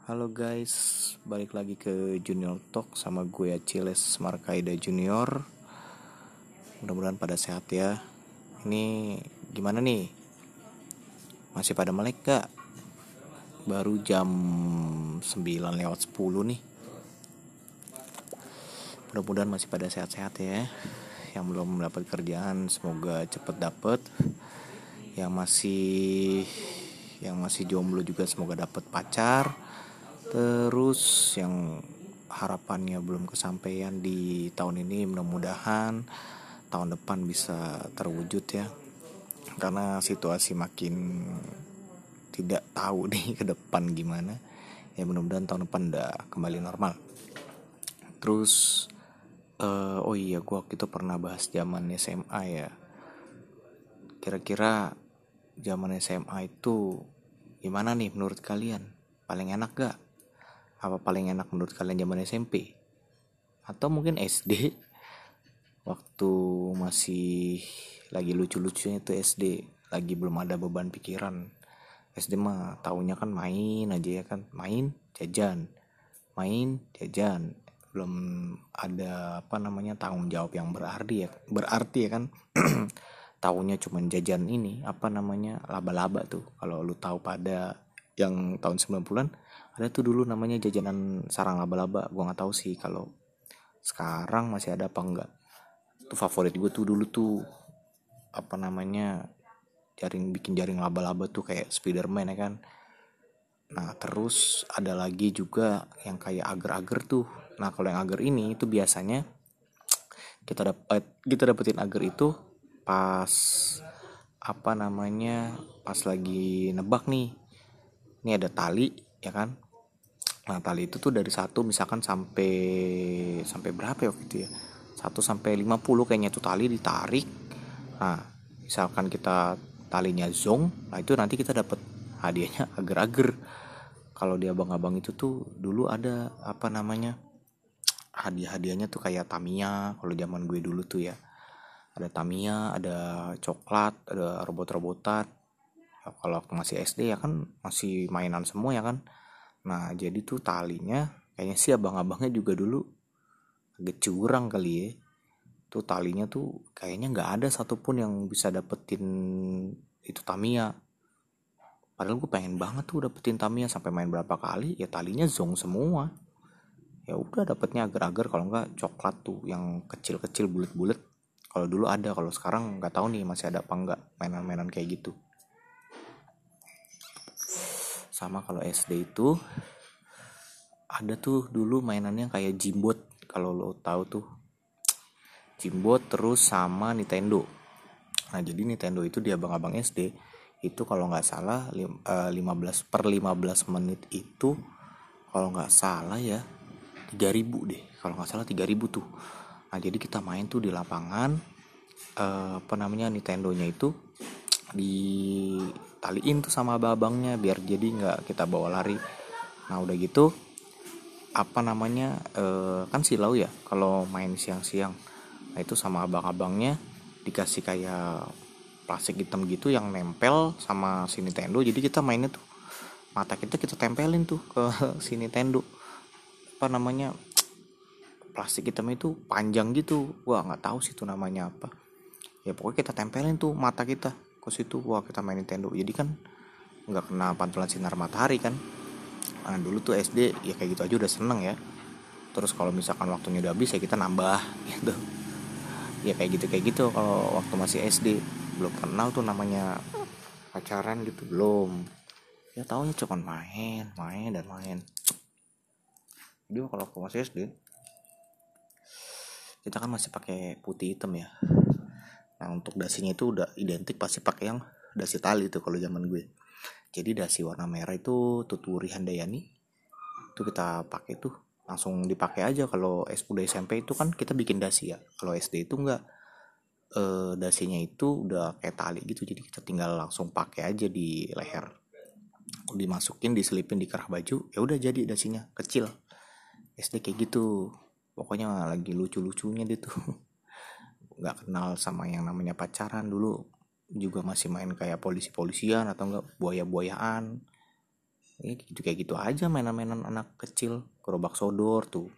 Halo guys, balik lagi ke Junior Talk sama gue Achilles Markaida Junior. Mudah-mudahan pada sehat ya. Ini gimana nih? Masih pada melek gak? Baru jam 9:10 nih. Mudah-mudahan masih pada sehat-sehat ya. Yang belum mendapat kerjaan semoga cepet dapet. Yang masih jomblo juga semoga dapet pacar. Terus yang harapannya belum kesampaian di tahun ini mudah-mudahan tahun depan bisa terwujud ya. Karena situasi makin tidak tahu nih ke depan gimana. Ya mudah-mudahan tahun depan udah kembali normal. Terus oh iya, gue waktu itu pernah bahas zaman SMA ya. Kira-kira zaman SMA itu gimana nih menurut kalian? Paling enak gak? Apa paling enak menurut kalian zaman SMP? Atau mungkin SD? Waktu masih lagi lucu-lucunya itu SD. Lagi belum ada beban pikiran. SD mah taunya kan main aja ya kan. Main, jajan. Main, jajan. Belum ada tanggung jawab yang berarti ya kan. Taunya cuman jajan ini laba-laba tuh. Kalau lu tahu pada yang tahun 90-an ada tuh dulu namanya jajanan sarang laba-laba. Gua nggak tahu sih kalau sekarang masih ada apa enggak. Tuh favorit gue tuh dulu tuh bikin jaring laba-laba tuh kayak Spiderman ya kan. Nah terus ada lagi juga yang kayak agar-agar tuh. Nah kalau yang agar ini itu biasanya kita dapetin agar itu pas pas lagi nebak nih. Ini ada tali ya kan. Nah tali itu tuh dari 1 misalkan sampai berapa ya waktu itu ya, 1 sampai 50 kayaknya tuh tali ditarik. Nah misalkan kita talinya zong, nah itu nanti kita dapat hadiahnya agar-agar. Kalau di abang-abang itu tuh dulu ada hadiah-hadiahnya tuh kayak Tamiya. Kalau zaman gue dulu tuh ya ada Tamiya, ada coklat, ada robot-robotan. Ya, kalau masih SD ya kan masih mainan semua ya kan. Nah jadi tuh talinya kayaknya sih abang-abangnya juga dulu agak curang kali ya. Tuh talinya tuh kayaknya nggak ada satupun yang bisa dapetin itu Tamiya. Padahal gue pengen banget tuh dapetin Tamiya, sampai main berapa kali ya talinya zong semua. Ya udah dapetnya agar-agar, kalau nggak coklat tuh yang kecil-kecil bulat-bulat. Kalau dulu ada, kalau sekarang nggak tahu nih masih ada apa nggak mainan-mainan kayak gitu. Sama kalau SD itu ada tuh dulu mainannya kayak Jimbot, kalau lo tahu tuh Jimbot, terus sama Nintendo. Nah jadi Nintendo itu di abang-abang SD itu kalau nggak salah 15 menit itu kalau nggak salah ya 3.000 deh, kalau nggak salah 3.000 tuh. Nah jadi kita main tuh di lapangan Nintendonya itu ditaliin tuh sama abang-abangnya biar jadi nggak kita bawa lari. Nah udah gitu kan silau ya kalau main siang-siang. Nah itu sama abang-abangnya dikasih kayak plastik hitam gitu yang nempel sama si Nintendo. Jadi kita mainnya tuh mata kita tempelin tuh ke si Nintendo. Plastik hitam itu panjang gitu. Wah nggak tahu sih itu namanya apa. Ya pokoknya kita tempelin tuh mata kita ke situ. Wah kita main Nintendo. Jadi kan nggak kena pantulan sinar matahari kan. Nah dulu tuh SD ya kayak gitu aja udah seneng ya. Terus kalau misalkan waktunya udah habis ya kita nambah gitu. Ya kayak gitu kalau waktu masih SD. Belum kenal tuh namanya pacaran gitu, belum. Ya taunya cuma main dan main. Jadi kalau waktu masih SD kita kan masih pakai putih hitam ya. Nah untuk dasinya itu udah identik pasti pakai yang dasi tali tuh kalau zaman gue. Jadi dasi warna merah itu Tuturi Handayani itu kita pakai tuh, langsung dipakai aja. Kalau udah SMP itu kan kita bikin dasi ya. Kalau SD itu enggak, dasinya itu udah kayak tali gitu, jadi kita tinggal langsung pakai aja di leher, dimasukin diselipin di kerah baju, ya udah jadi dasinya kecil. SD kayak gitu, pokoknya lagi lucu-lucunya dia tuh. Nggak kenal sama yang namanya pacaran. Dulu juga masih main kayak polisi-polisian atau enggak buaya-buayaan. Ya gitu kayak gitu aja mainan-mainan anak kecil. Gerobak sodor tuh,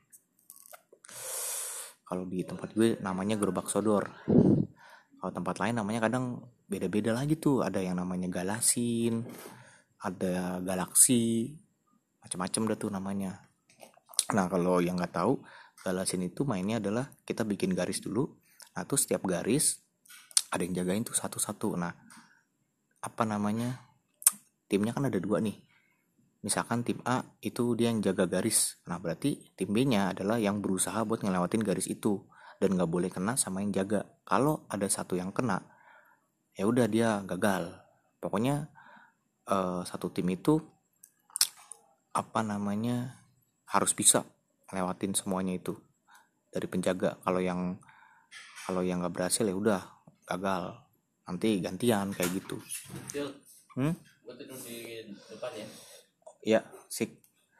kalau di tempat gue namanya gerobak sodor. Kalau tempat lain namanya kadang beda-beda lagi tuh, ada yang namanya galasin, ada galaksi, macam-macam dah tuh namanya. Nah kalau yang nggak tahu, galasin itu mainnya adalah kita bikin garis dulu. Nah tuh setiap garis ada yang jagain tuh satu-satu. Nah apa namanya, timnya kan ada dua nih. Misalkan tim A itu dia yang jaga garis, nah berarti tim B-nya adalah yang berusaha buat ngelewatin garis itu dan nggak boleh kena sama yang jaga. Kalau ada satu yang kena, ya udah dia gagal. Pokoknya satu tim itu apa namanya harus bisa ngelewatin semuanya itu dari penjaga. Kalau yang nggak berhasil ya udah gagal. Nanti gantian kayak gitu. Gue tidur di depan ya. Ya, sik.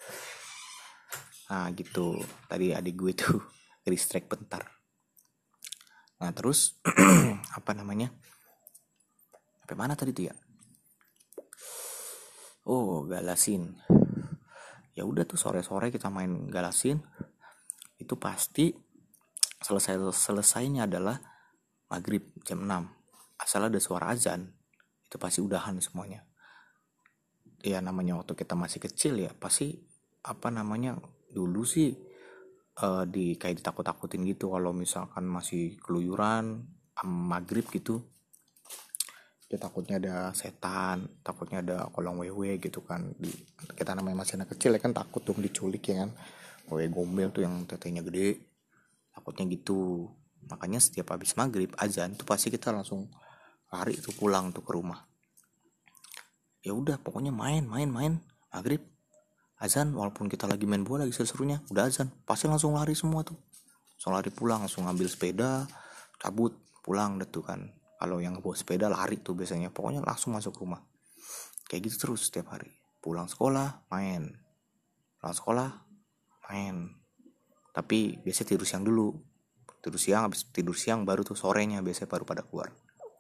Nah gitu, tadi adik gue tuh distract bentar. Nah terus apa namanya, sampai mana tadi tuh ya? Oh galasin. Ya udah tuh sore-sore kita main galasin. Itu pasti selesainya adalah maghrib jam 6. Asal ada suara azan, itu pasti udahan semuanya. Ya namanya waktu kita masih kecil ya pasti apa namanya, dulu sih di kayak ditakut-takutin gitu kalau misalkan masih keluyuran maghrib gitu. Ya takutnya ada setan, takutnya ada kolong wewe gitu kan. Kita namanya masih anak kecil ya kan, takut tuh diculik ya kan, wewe gombel tuh yang tetenya gede, takutnya gitu. Makanya setiap habis maghrib azan tuh pasti kita langsung lari tuh pulang tuh ke rumah. Ya udah pokoknya main maghrib azan, walaupun kita lagi main bola lagi seru-serunya, udah azan pasti langsung lari semua tuh, langsung lari pulang, langsung ngambil sepeda cabut pulang deh tuh kan. Kalau yang bawa sepeda lari tuh biasanya, pokoknya langsung masuk rumah. Kayak gitu terus setiap hari. Pulang sekolah main, pulang sekolah main. Tapi biasanya tidur siang dulu, tidur siang, habis tidur siang baru tuh sorenya biasanya baru pada keluar.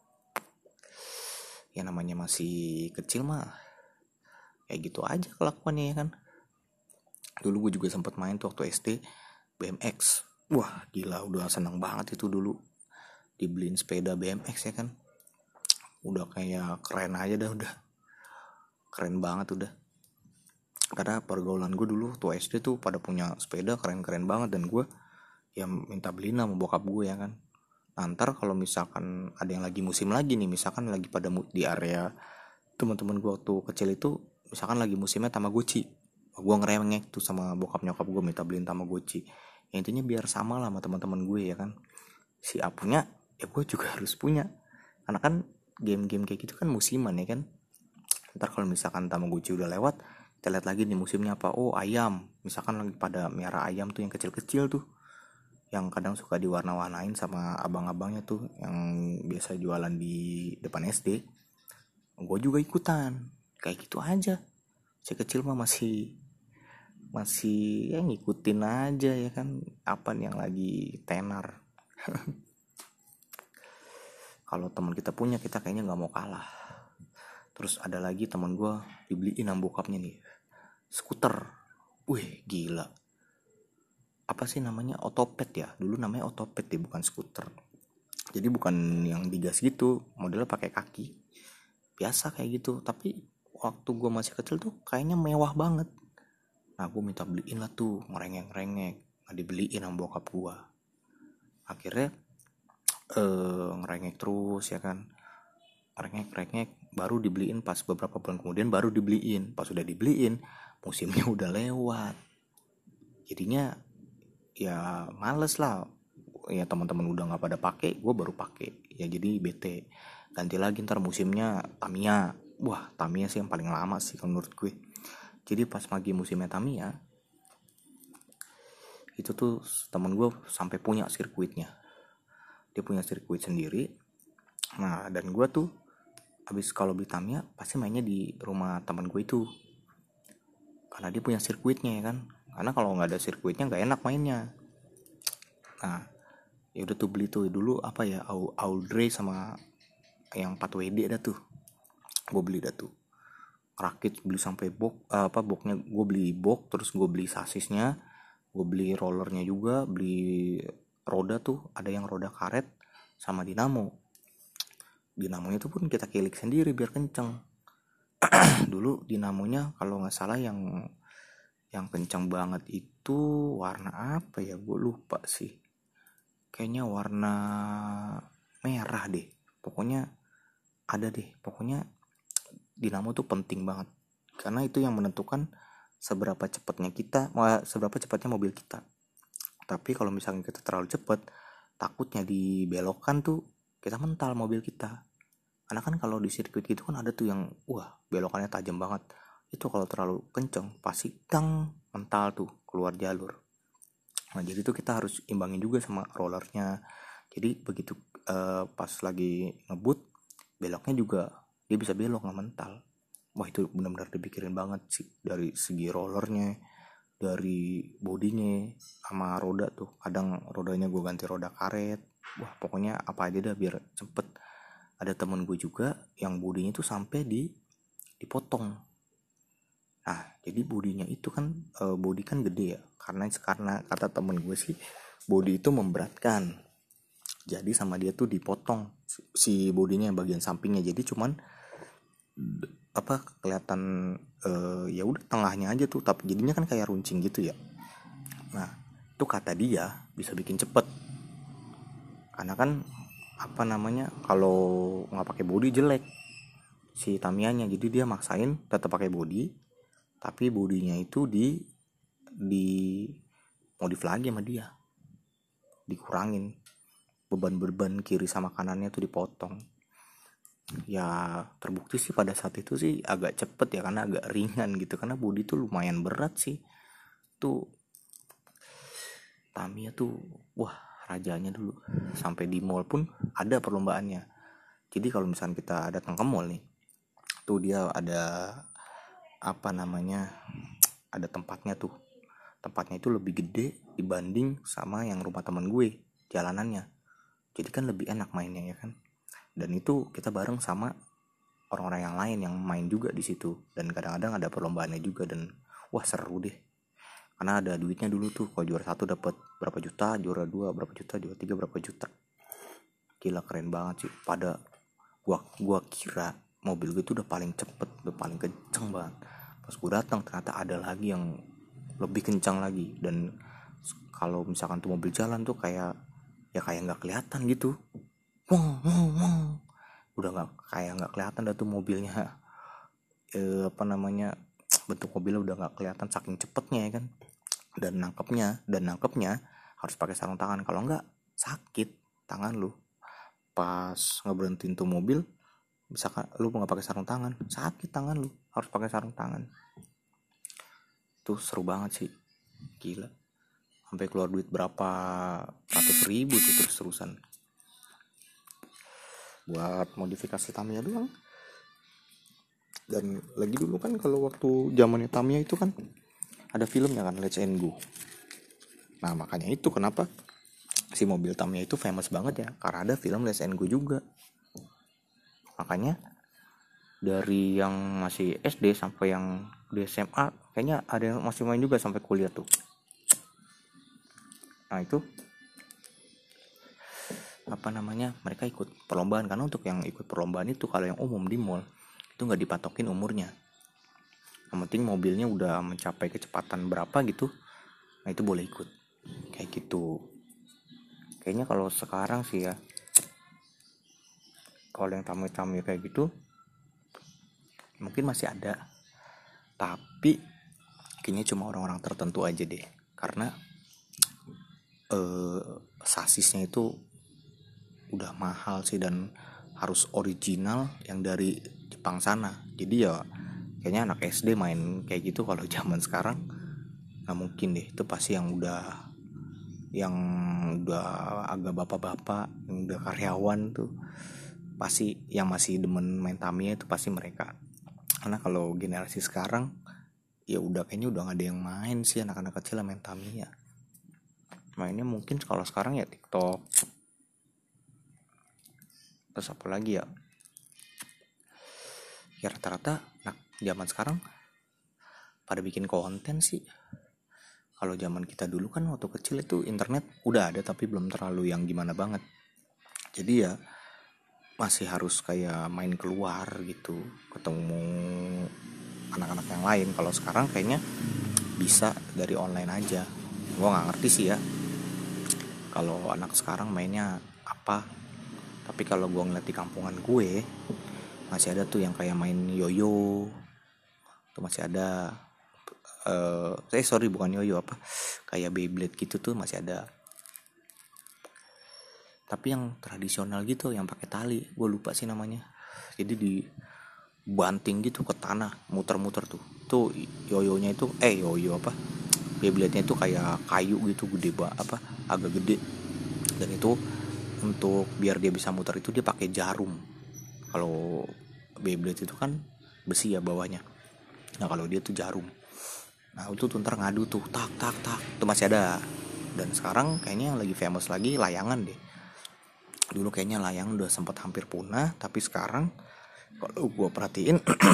Ya namanya masih kecil mah kayak gitu aja kelakuannya ya kan. Dulu gue juga sempat main tuh waktu SD BMX. Wah gila, udah seneng banget itu dulu dibeliin sepeda BMX ya kan. Udah kayak keren aja dah, udah keren banget udah. Karena pergaulan gue dulu tuh SD tuh pada punya sepeda keren-keren banget, dan gue ya minta beliin sama bokap gue ya kan. Ntar kalau misalkan ada yang lagi musim lagi nih, misalkan lagi pada di area teman-teman gue waktu kecil itu, misalkan lagi musimnya Tamagotchi, gue ngerengek tuh sama bokap nyokap gue minta beliin Tamagotchi. Ya, intinya biar sama lah sama teman-teman gue ya kan. Si A punya, ya gue juga harus punya. Karena kan game-game kayak gitu kan musiman ya kan. Ntar kalau misalkan Tamagotchi udah lewat, kita lihat lagi nih musimnya apa. Oh ayam, misalkan lagi pada miara ayam tuh yang kecil-kecil tuh, yang kadang suka diwarna-warnain sama abang-abangnya tuh yang biasa jualan di depan SD. Gue juga ikutan kayak gitu aja. Si kecil mah masih masih ya ngikutin aja ya kan, apa yang lagi tenar. Kalau teman kita punya, kita kayaknya nggak mau kalah. Terus ada lagi teman gue dibeliin sama bokapnya nih skuter. Wih gila, apa sih namanya, otopet ya, dulu namanya otopet deh bukan skuter. Jadi bukan yang digas gitu, modelnya pakai kaki biasa kayak gitu. Tapi waktu gue masih kecil tuh kayaknya mewah banget. Nah gue minta beliin lah tuh, ngerengek-ngerengek, nggak dibeliin sama bokap gue. Akhirnya ngerengek terus ya kan, ngerengek baru dibeliin pas beberapa bulan kemudian, baru dibeliin. Pas udah dibeliin musimnya udah lewat, jadinya ya males lah. Ya teman-teman udah nggak pada pakai, gue baru pakai. Ya jadi bete, ganti lagi ntar musimnya Tamiya. Wah Tamiya sih yang paling lama sih menurut gue. Jadi pas lagi musimnya Tamiya itu tuh temen gue sampai punya sirkuitnya, dia punya sirkuit sendiri. Nah dan gue tuh habis kalau beli Tamiya pasti mainnya di rumah teman gue itu, karena dia punya sirkuitnya ya kan. Karena kalau nggak ada sirkuitnya nggak enak mainnya. Nah ya udah tuh beli tuh dulu apa ya, Audrey sama yang 4WD dah tuh gue beli dah tuh. rakit, beli sampai boxnya gue beli box, terus gue beli sasisnya, gue beli rollernya juga, beli roda tuh, ada yang roda karet sama dinamonya tuh pun kita kilik sendiri biar kenceng. Dulu dinamonya kalau nggak salah yang kencang banget itu warna apa ya, gue lupa sih, kayaknya warna merah deh, pokoknya ada deh, pokoknya dinamo tuh penting banget karena itu yang menentukan seberapa cepatnya mobil kita. Tapi kalau misalnya kita terlalu cepat, takutnya dibelokkan tuh kita mental mobil kita. Karena kan kalau di sirkuit gitu kan ada tuh yang belokannya tajam banget. Itu kalau terlalu kenceng pasti mental tuh keluar jalur. Nah jadi tuh kita harus imbangin juga sama rollernya. Jadi begitu pas lagi ngebut, beloknya juga dia bisa belok nggak mental. Wah itu benar-benar dipikirin banget sih, dari segi rollernya, dari bodinya, sama roda tuh. Kadang rodanya gue ganti roda karet. Wah pokoknya apa aja dah biar cepet. Ada temen gue juga yang bodinya tuh sampai dipotong. Nah jadi bodinya itu kan bodi kan gede ya, karena kata temen gue sih bodi itu memberatkan. Jadi sama dia tuh dipotong si bodinya yang bagian sampingnya, jadi cuman kelihatan ya udah tengahnya aja tuh, tapi jadinya kan kayak runcing gitu ya. Nah itu kata dia bisa bikin cepet, karena kan kalau nggak pakai bodi jelek si Tamiya-nya, jadi dia maksain tetap pakai bodi, tapi bodinya itu di modif lagi sama dia, dikurangin beban kiri sama kanannya tuh dipotong. Ya terbukti sih pada saat itu sih agak cepet ya, karena agak ringan gitu, karena bodi tuh lumayan berat sih tuh. Tamiya tuh rajanya dulu, sampai di mall pun ada perlombaannya. Jadi kalau misalnya kita datang ke mall nih, tuh dia ada ada tempatnya tuh. Tempatnya itu lebih gede dibanding sama yang rumah teman gue jalanannya. Jadi kan lebih enak mainnya ya kan. Dan itu kita bareng sama orang-orang yang lain yang main juga di situ, dan kadang-kadang ada perlombaannya juga, dan seru deh. Karena ada duitnya dulu tuh, kalau juara 1 dapat berapa juta, juara 2 berapa juta, juara 3 berapa juta. Gila keren banget sih. Pada gua kira mobil gue itu udah paling cepet, udah paling kenceng banget. Pas gue datang ternyata ada lagi yang lebih kencang lagi, dan kalau misalkan tuh mobil jalan tuh kayak nggak kelihatan gitu. Udah nggak kelihatan dah tuh mobilnya, bentuk mobilnya udah nggak kelihatan saking cepetnya ya kan. Dan nangkepnya harus pakai sarung tangan, kalau nggak sakit tangan lu. Pas ngeberhentiin tuh mobil, misalkan lu nggak pakai sarung tangan, sakit tangan lu, harus pakai sarung tangan. Tuh seru banget sih, gila, sampai keluar duit berapa ratus ribu tuh terus-terusan buat modifikasi Tamiya doang. Dan lagi dulu kan kalau waktu zamannya Tamiya itu kan ada filmnya kan, Let's and Go. Nah makanya itu kenapa si mobil Tamiya itu famous banget ya, karena ada film Let's and Go juga. Makanya dari yang masih SD sampai yang di SMA kayaknya ada yang masih main juga sampai kuliah tuh. Nah itu mereka ikut perlombaan, karena untuk yang ikut perlombaan itu kalau yang umum di mall itu nggak dipatokin umurnya. Yang penting mobilnya udah mencapai kecepatan berapa gitu, nah itu boleh ikut kayak gitu. Kayaknya kalau sekarang sih ya, kalau yang tamu-tamu kayak gitu mungkin masih ada, tapi kayaknya cuma orang-orang tertentu aja deh, karena sasisnya itu udah mahal sih, dan harus original yang dari Jepang sana. Jadi ya kayaknya anak SD main kayak gitu kalau zaman sekarang nggak mungkin deh. Itu pasti yang udah agak bapak-bapak, yang udah karyawan tuh, pasti yang masih demen main Tamiya itu pasti mereka. Karena kalau generasi sekarang ya udah kayaknya udah nggak ada yang main sih, anak-anak kecil main Tamiya. Mainnya mungkin kalau sekarang ya TikTok, terus apa lagi ya rata-rata zaman sekarang pada bikin konten sih. Kalau zaman kita dulu kan waktu kecil itu internet udah ada tapi belum terlalu yang gimana banget. Jadi ya masih harus kayak main keluar gitu, ketemu anak-anak yang lain. Kalau sekarang kayaknya bisa dari online aja. Gue nggak ngerti sih ya kalau anak sekarang mainnya apa. Tapi kalau gue ngeliat di kampungan gue masih ada tuh yang kayak main yoyo, tuh masih ada. Sorry bukan yoyo, apa kayak Beyblade gitu tuh masih ada. Tapi yang tradisional gitu yang pakai tali, gue lupa sih namanya. Jadi dibanting gitu ke tanah, muter-muter tuh yoyonya itu yoyo apa, Beyblade-nya itu kayak kayu gitu, gede apa, agak gede. Dan itu untuk biar dia bisa muter itu dia pakai jarum. Kalau Beyblade itu kan besi ya bawahnya, nah kalau dia tuh jarum. Nah itu tuh ntar ngadu tuh tak tak tak, itu masih ada. Dan sekarang kayaknya yang lagi famous lagi layangan deh. Dulu kayaknya layangan udah sempat hampir punah, tapi sekarang kalau gue perhatiin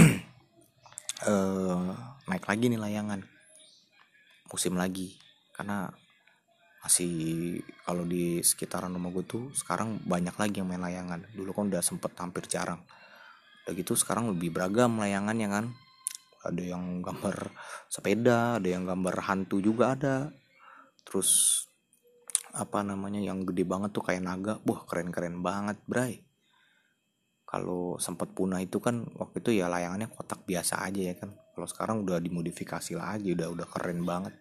naik lagi nih layangan, musim lagi. Karena masih kalau di sekitaran rumah gue tuh sekarang banyak lagi yang main layangan. Dulu kan udah sempet hampir jarang. Udah gitu sekarang lebih beragam layangannya kan. Ada yang gambar sepeda, ada yang gambar hantu juga ada. Terus apa namanya yang gede banget tuh kayak naga. Wah keren-keren banget bray. Kalau sempat punah itu kan waktu itu ya layangannya kotak biasa aja ya kan. Kalau sekarang udah dimodifikasi lagi, udah keren banget.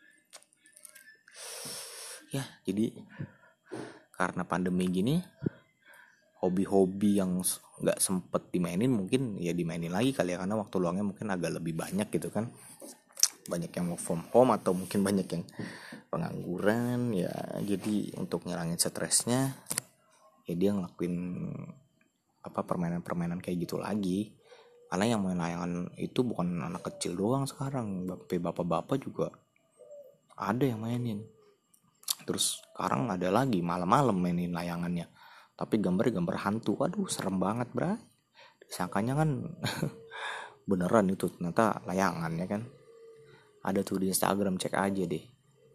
Ya jadi karena pandemi gini, hobi-hobi yang nggak sempet dimainin mungkin ya dimainin lagi kali ya, karena waktu luangnya mungkin agak lebih banyak gitu kan. Banyak yang work from home atau mungkin banyak yang pengangguran ya. Jadi untuk ngilangin stresnya ya dia ngelakuin apa permainan-permainan kayak gitu lagi. Karena yang main layangan itu bukan anak kecil doang sekarang, bapak-bapak juga ada yang mainin. Terus sekarang ada lagi malam-malam mainin layangannya, tapi gambar hantu. Waduh serem banget bray. Disangkanya kan beneran itu, ternyata layangannya kan. Ada tuh di Instagram, cek aja deh.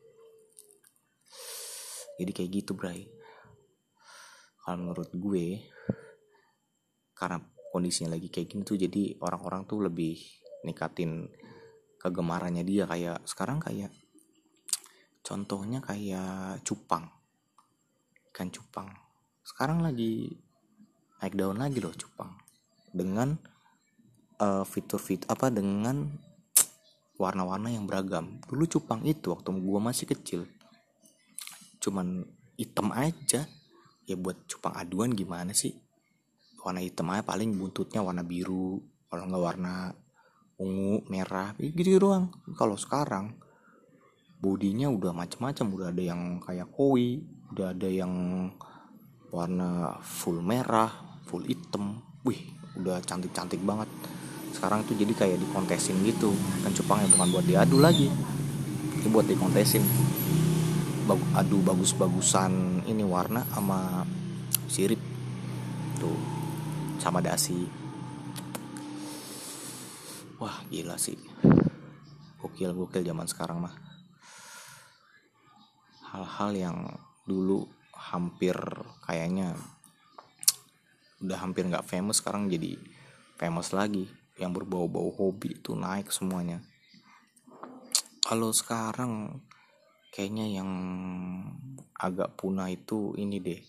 Jadi kayak gitu bray. Kalau menurut gue, karena kondisinya lagi kayak gini tuh, jadi orang-orang tuh lebih nikatin kegemarannya dia. Kayak sekarang kayak contohnya kayak cupang, ikan cupang. Sekarang lagi naik daun lagi loh cupang, dengan fitur-fitur apa, dengan warna-warna yang beragam. Dulu cupang itu waktu gua masih kecil cuman hitam aja. Ya buat cupang aduan gimana sih, warna hitam aja, paling buntutnya warna biru, kalau nggak warna ungu, merah, gitu doang. Kalau sekarang bodinya udah macam-macam, udah ada yang kayak koi, udah ada yang warna full merah, full hitam. Wih, udah cantik-cantik banget. Sekarang tuh jadi kayak dikontesin gitu. Kan cupangnya bukan buat diadu lagi, ini buat dikontesin. Adu bagus-bagusan ini warna sama sirip tuh, sama dasi. Wah gila sih, gokil zaman sekarang mah. Hal-hal yang dulu hampir kayaknya udah hampir nggak famous sekarang jadi famous lagi. Yang berbau-bau hobi itu naik semuanya. Kalau sekarang kayaknya yang agak punah itu ini deh,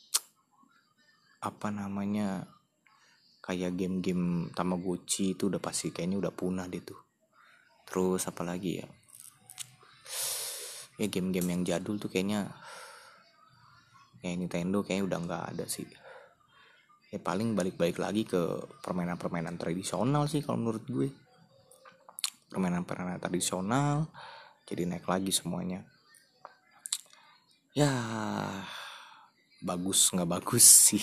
apa namanya, kayak game-game Tamagotchi itu udah pasti kayaknya udah punah deh tuh. Terus apa lagi ya, ya game-game yang jadul tuh kayaknya kayak Nintendo kayaknya udah nggak ada sih. Ya paling balik lagi ke permainan-permainan tradisional sih kalau menurut gue. Permainan-permainan tradisional jadi naik lagi semuanya. Ya bagus nggak bagus sih,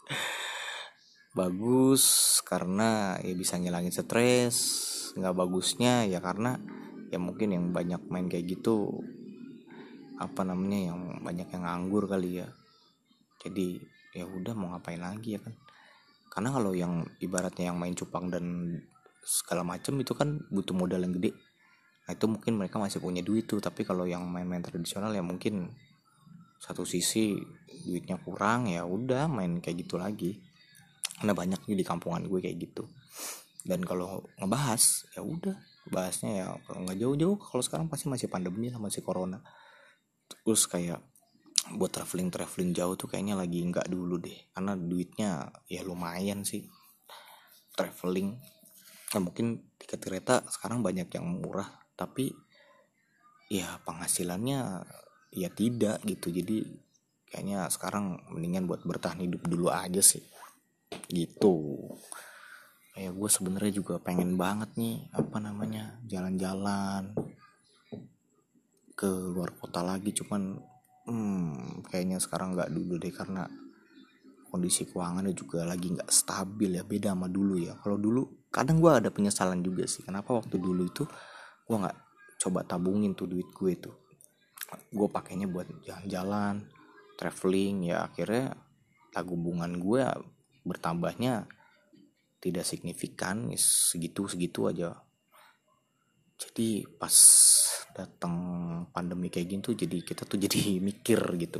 bagus karena ya bisa ngilangin stres. Nggak bagusnya ya karena ya mungkin yang banyak main kayak gitu, apa namanya, yang banyak yang nganggur kali ya. Jadi ya udah mau ngapain lagi ya kan. Karena kalau yang ibaratnya yang main cupang dan segala macem itu kan butuh modal yang gede. Nah itu mungkin mereka masih punya duit tuh. Tapi kalau yang main-main tradisional ya mungkin satu sisi duitnya kurang, ya udah main kayak gitu lagi. Karena banyak nih di kampungan gue kayak gitu. Dan kalau ngebahas ya udah bahasnya ya kalau nggak jauh-jauh, kalau sekarang pasti masih pandemi lah, masih corona. Terus kayak buat traveling jauh tuh kayaknya lagi nggak dulu deh, karena duitnya ya lumayan sih traveling. Nah, mungkin tiket kereta sekarang banyak yang murah, tapi ya penghasilannya ya tidak gitu. Jadi kayaknya sekarang mendingan buat bertahan hidup dulu aja sih gitu. Kayak gue sebenarnya juga pengen banget nih jalan-jalan ke luar kota lagi, cuman kayaknya sekarang nggak dulu deh, karena kondisi keuangannya juga lagi nggak stabil ya, beda sama dulu ya. Kalau dulu kadang gue ada penyesalan juga sih, kenapa waktu dulu itu gue nggak coba tabungin tuh duit gue tuh, gue pakainya buat jalan-jalan, traveling. Ya akhirnya tabungan gue bertambahnya tidak signifikan, segitu aja. Jadi pas datang pandemi kayak gitu, jadi kita tuh jadi mikir gitu,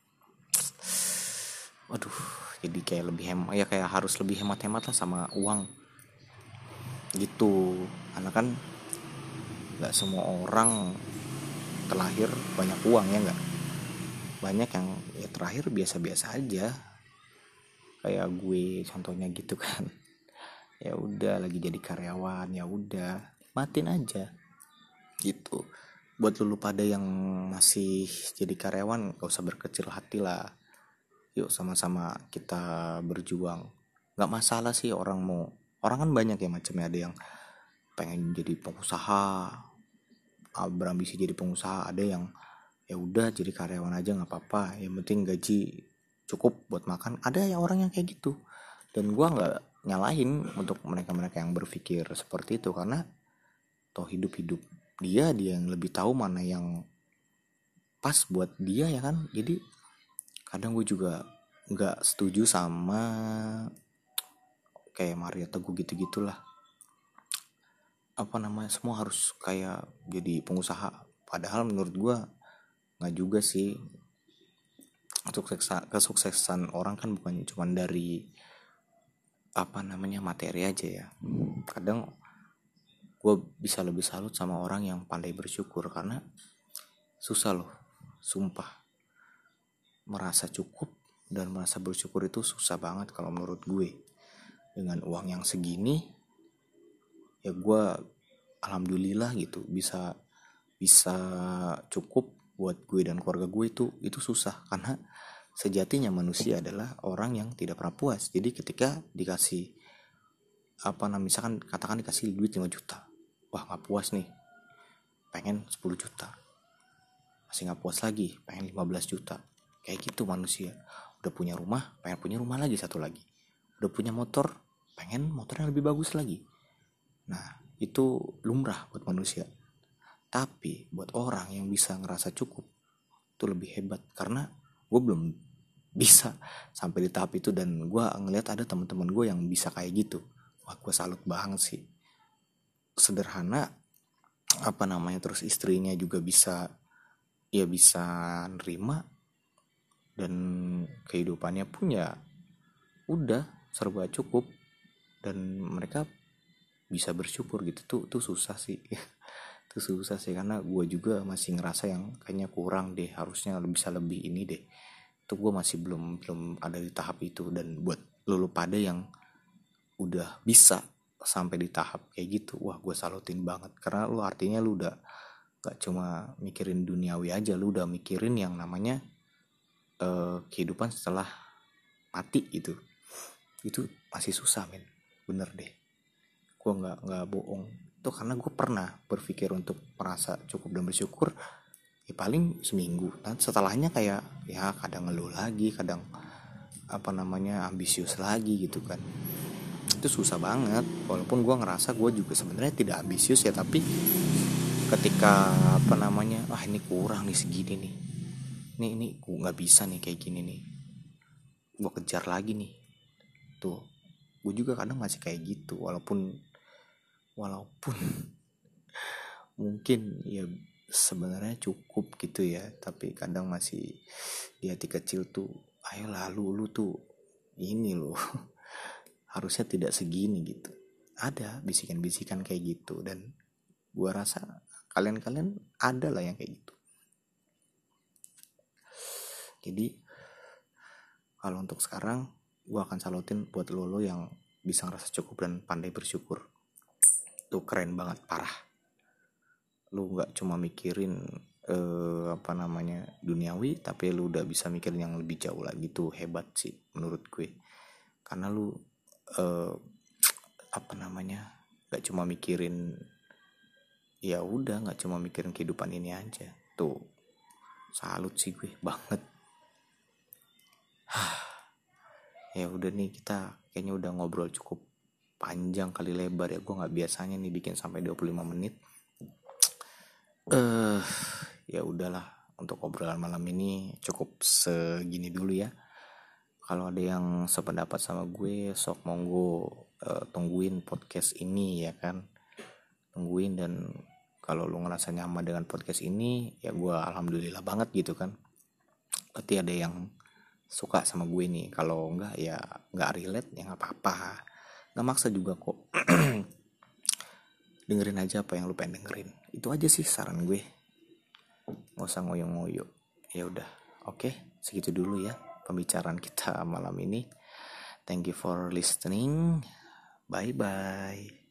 waduh, jadi kayak lebih hemat ya, kayak harus lebih hemat-hemat lah sama uang gitu. Karena kan nggak semua orang terlahir banyak uang, ya nggak, banyak yang ya terakhir biasa-biasa aja, kayak gue contohnya gitu kan. Ya udah lagi jadi karyawan, ya udah matiin aja gitu. Buat lu pada yang masih jadi karyawan, gak usah berkecil hati lah, yuk sama-sama kita berjuang. Nggak masalah sih orang kan banyak ya macamnya, ada yang pengen jadi pengusaha, berambisi jadi pengusaha, ada yang ya udah jadi karyawan aja nggak apa-apa, yang penting gaji cukup buat makan, ada ya orang yang kayak gitu. Dan gua nggak nyalahin untuk mereka-mereka yang berpikir seperti itu, karena toh hidup dia yang lebih tahu mana yang pas buat dia, ya kan. Jadi kadang gue juga nggak setuju sama kayak Maria Teguh gitu-gitulah, semua harus kayak jadi pengusaha. Padahal menurut gue nggak juga sih. Kesuksesan orang kan bukan cuma dari materi aja ya. Kadang gue bisa lebih salut sama orang yang pandai bersyukur, karena susah loh, sumpah, merasa cukup dan merasa bersyukur itu susah banget kalau menurut gue. Dengan uang yang segini ya gue alhamdulillah gitu, bisa cukup buat gue dan keluarga gue, itu susah. Karena sejatinya manusia adalah orang yang tidak pernah puas. Jadi ketika dikasih misalkan katakan dikasih duit 5 juta, wah gak puas nih, pengen 10 juta, masih gak puas lagi, pengen 15 juta. Kayak gitu manusia. Udah punya rumah, pengen punya rumah lagi satu lagi. Udah punya motor, pengen motor yang lebih bagus lagi. Nah itu lumrah buat manusia. Tapi buat orang yang bisa ngerasa cukup, itu lebih hebat. Karena gue belum bisa sampai di tahap itu, dan gue ngeliat ada teman-teman gue yang bisa kayak gitu. Wah gue salut banget sih. Sederhana terus istrinya juga bisa nerima, dan kehidupannya pun ya udah serba cukup, dan mereka bisa bersyukur gitu. Tuh susah sih. Itu susah sih, karena gue juga masih ngerasa yang kayaknya kurang deh, harusnya bisa lebih ini deh. Itu gue masih belum ada di tahap itu. Dan buat lu pada yang udah bisa sampai di tahap kayak gitu, wah gue salutin banget. Karena lu artinya lu udah gak cuma mikirin duniawi aja, lu udah mikirin yang namanya kehidupan setelah mati gitu. Itu masih susah men, bener deh, gue nggak bohong. Itu karena gue pernah berpikir untuk merasa cukup dan bersyukur ya paling seminggu, dan setelahnya kayak ya kadang ngeluh lagi, kadang ambisius lagi gitu kan. Itu susah banget. Walaupun gue ngerasa gue juga sebenarnya tidak ambisius ya, tapi ketika ini kurang nih segini nih, ini gue nggak bisa nih kayak gini nih, gue kejar lagi nih. Tuh gue juga kadang masih kayak gitu, walaupun walaupun mungkin ya sebenarnya cukup gitu ya, tapi kadang masih di hati kecil tuh, ayolah lu tuh ini loh harusnya tidak segini gitu. Ada bisikan-bisikan kayak gitu, dan gua rasa kalian ada lah yang kayak gitu. Jadi kalau untuk sekarang gua akan salutin buat lo yang bisa ngerasa cukup dan pandai bersyukur. Tuh keren banget, parah. Lu nggak cuma mikirin duniawi, tapi lu udah bisa mikirin yang lebih jauh lagi. Tuh hebat sih menurut gue, karena lu nggak cuma mikirin, ya udah nggak cuma mikirin kehidupan ini aja. Tuh salut sih gue banget. Ya udah nih, kita kayaknya udah ngobrol cukup panjang kali lebar ya. Gue nggak biasanya nih bikin sampai 25 menit. Ya udahlah, untuk obrolan malam ini cukup segini dulu ya. Kalau ada yang sependapat sama gue, sok monggo tungguin podcast ini ya kan. Tungguin, dan kalau lu ngerasa nyaman dengan podcast ini, ya gue alhamdulillah banget gitu kan. Berarti ada yang suka sama gue nih. Kalau enggak ya enggak relate ya nggak apa-apa, nggak maksa juga kok. Dengerin aja apa yang lu pengen dengerin, itu aja sih saran gue, nggak usah ngoyo-ngoyo. Ya udah, oke, segitu dulu ya pembicaraan kita malam ini. Thank you for listening, bye bye.